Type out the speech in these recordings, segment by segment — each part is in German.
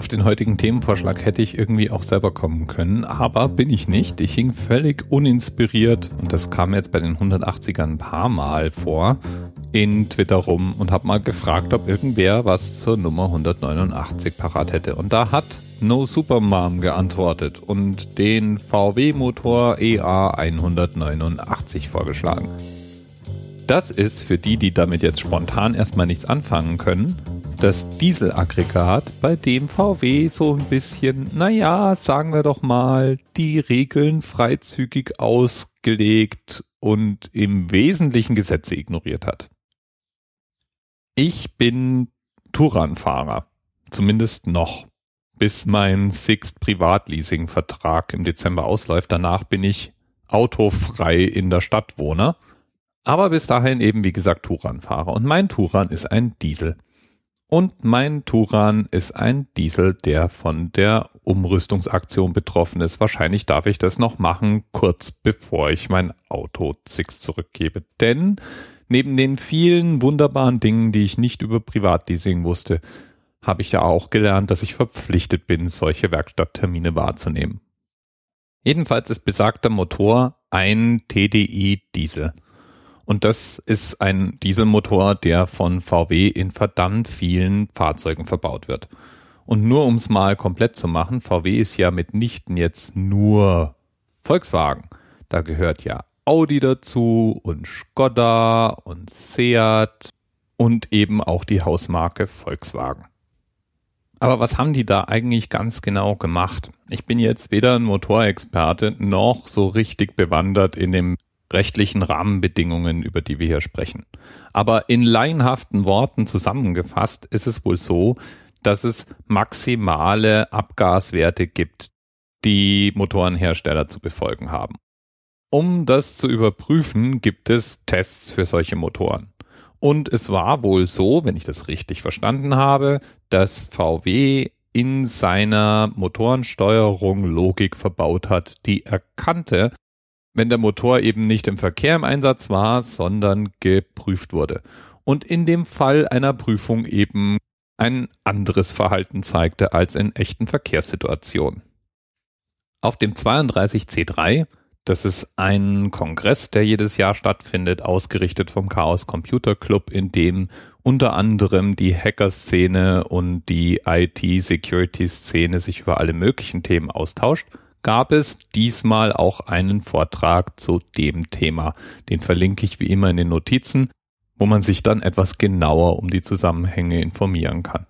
Auf den heutigen Themenvorschlag hätte ich irgendwie auch selber kommen können, aber bin ich nicht. Ich hing völlig uninspiriert, und das kam jetzt bei den 180ern ein paar Mal vor, in Twitter rum und habe mal gefragt, ob irgendwer was zur Nummer 189 parat hätte. Und da hat No Supermom geantwortet und den VW-Motor EA189 vorgeschlagen. Das ist für die damit jetzt spontan erstmal nichts anfangen können, das Dieselaggregat, bei dem VW so ein bisschen, sagen wir doch mal, die Regeln freizügig ausgelegt und im Wesentlichen Gesetze ignoriert hat. Ich bin Touran-Fahrer, zumindest noch, bis mein Sixt Privatleasing-Vertrag im Dezember ausläuft. Danach bin ich autofrei in der Stadtwohner, aber bis dahin eben, wie gesagt, Touran-Fahrer. Und mein Touran ist ein Diesel. Und mein Touran ist ein Diesel, der von der Umrüstungsaktion betroffen ist. Wahrscheinlich darf ich das noch machen, kurz bevor ich mein Auto Sixt zurückgebe. Denn neben den vielen wunderbaren Dingen, die ich nicht über Privatleasing wusste, habe ich ja auch gelernt, dass ich verpflichtet bin, solche Werkstatttermine wahrzunehmen. Jedenfalls ist besagter Motor ein TDI-Diesel. Und das ist ein Dieselmotor, der von VW in verdammt vielen Fahrzeugen verbaut wird. Und nur um es mal komplett zu machen, VW ist ja mitnichten jetzt nur Volkswagen. Da gehört ja Audi dazu und Skoda und Seat und eben auch die Hausmarke Volkswagen. Aber was haben die da eigentlich ganz genau gemacht? Ich bin jetzt weder ein Motorexperte noch so richtig bewandert in dem rechtlichen Rahmenbedingungen, über die wir hier sprechen. Aber in laienhaften Worten zusammengefasst ist es wohl so, dass es maximale Abgaswerte gibt, die Motorenhersteller zu befolgen haben. Um das zu überprüfen, gibt es Tests für solche Motoren. Und es war wohl so, wenn ich das richtig verstanden habe, dass VW in seiner Motorensteuerung Logik verbaut hat, die erkannte, wenn der Motor eben nicht im Verkehr im Einsatz war, sondern geprüft wurde. Und in dem Fall einer Prüfung eben ein anderes Verhalten zeigte als in echten Verkehrssituationen. Auf dem 32C3, das ist ein Kongress, der jedes Jahr stattfindet, ausgerichtet vom Chaos Computer Club, in dem unter anderem die Hacker-Szene und die IT-Security-Szene sich über alle möglichen Themen austauscht, gab es diesmal auch einen Vortrag zu dem Thema. Den verlinke ich wie immer in den Notizen, wo man sich dann etwas genauer um die Zusammenhänge informieren kann.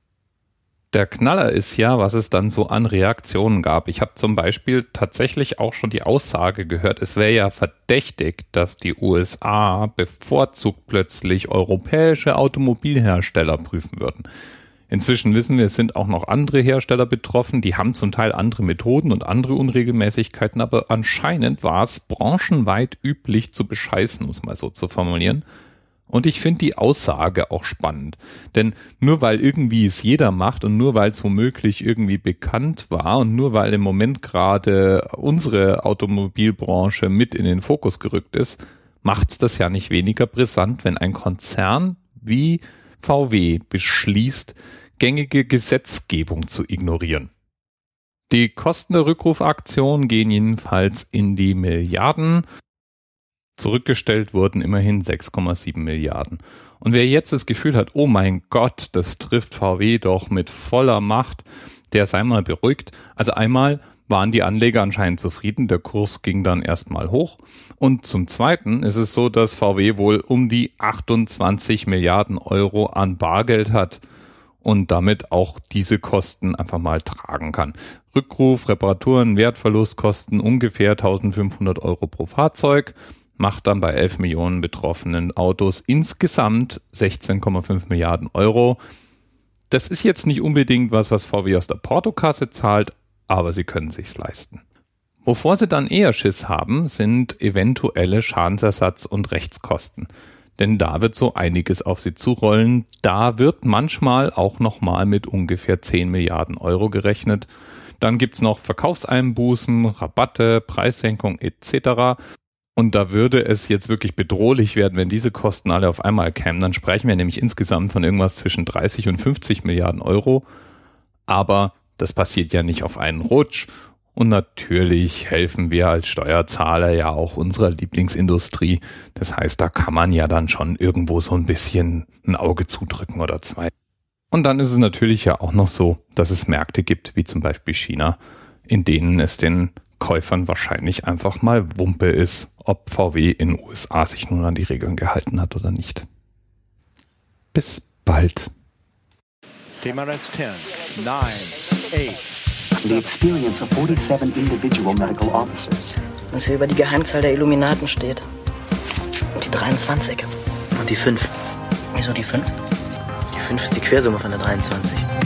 Der Knaller ist ja, was es dann so an Reaktionen gab. Ich habe zum Beispiel tatsächlich auch schon die Aussage gehört, es wäre ja verdächtig, dass die USA bevorzugt plötzlich europäische Automobilhersteller prüfen würden. Inzwischen wissen wir, es sind auch noch andere Hersteller betroffen, die haben zum Teil andere Methoden und andere Unregelmäßigkeiten, aber anscheinend war es branchenweit üblich zu bescheißen, um es mal so zu formulieren. Und ich finde die Aussage auch spannend, denn nur weil irgendwie es jeder macht und nur weil es womöglich irgendwie bekannt war und nur weil im Moment gerade unsere Automobilbranche mit in den Fokus gerückt ist, macht es das ja nicht weniger brisant, wenn ein Konzern wie VW beschließt, gängige Gesetzgebung zu ignorieren. Die Kosten der Rückrufaktion gehen jedenfalls in die Milliarden. Zurückgestellt wurden immerhin 6,7 Milliarden. Und wer jetzt das Gefühl hat, oh mein Gott, das trifft VW doch mit voller Macht, der sei mal beruhigt. Also einmal waren die Anleger anscheinend zufrieden, der Kurs ging dann erstmal hoch. Und zum Zweiten ist es so, dass VW wohl um die 28 Milliarden Euro an Bargeld hat und damit auch diese Kosten einfach mal tragen kann. Rückruf, Reparaturen, Wertverlust kosten ungefähr 1.500 Euro pro Fahrzeug, macht dann bei 11 Millionen betroffenen Autos insgesamt 16,5 Milliarden Euro. Das ist jetzt nicht unbedingt was VW aus der Portokasse zahlt, aber sie können sich's leisten. Wovor sie dann eher Schiss haben, sind eventuelle Schadensersatz- und Rechtskosten. Denn da wird so einiges auf sie zurollen. Da wird manchmal auch nochmal mit ungefähr 10 Milliarden Euro gerechnet. Dann gibt's noch Verkaufseinbußen, Rabatte, Preissenkung etc. Und da würde es jetzt wirklich bedrohlich werden, wenn diese Kosten alle auf einmal kämen. Dann sprechen wir nämlich insgesamt von irgendwas zwischen 30 und 50 Milliarden Euro. Aber das passiert ja nicht auf einen Rutsch. Und natürlich helfen wir als Steuerzahler ja auch unserer Lieblingsindustrie. Das heißt, da kann man ja dann schon irgendwo so ein bisschen ein Auge zudrücken oder zwei. Und dann ist es natürlich ja auch noch so, dass es Märkte gibt, wie zum Beispiel China, in denen es den Käufern wahrscheinlich einfach mal Wumpe ist, ob VW in den USA sich nun an die Regeln gehalten hat oder nicht. Bis bald. TMRS 10, 9, 8. The experience of 47 individual medical officers. Was hier über die Geheimzahl der Illuminaten steht. Und die 23. Und die 5. Wieso die 5? Die 5 ist die Quersumme von der 23.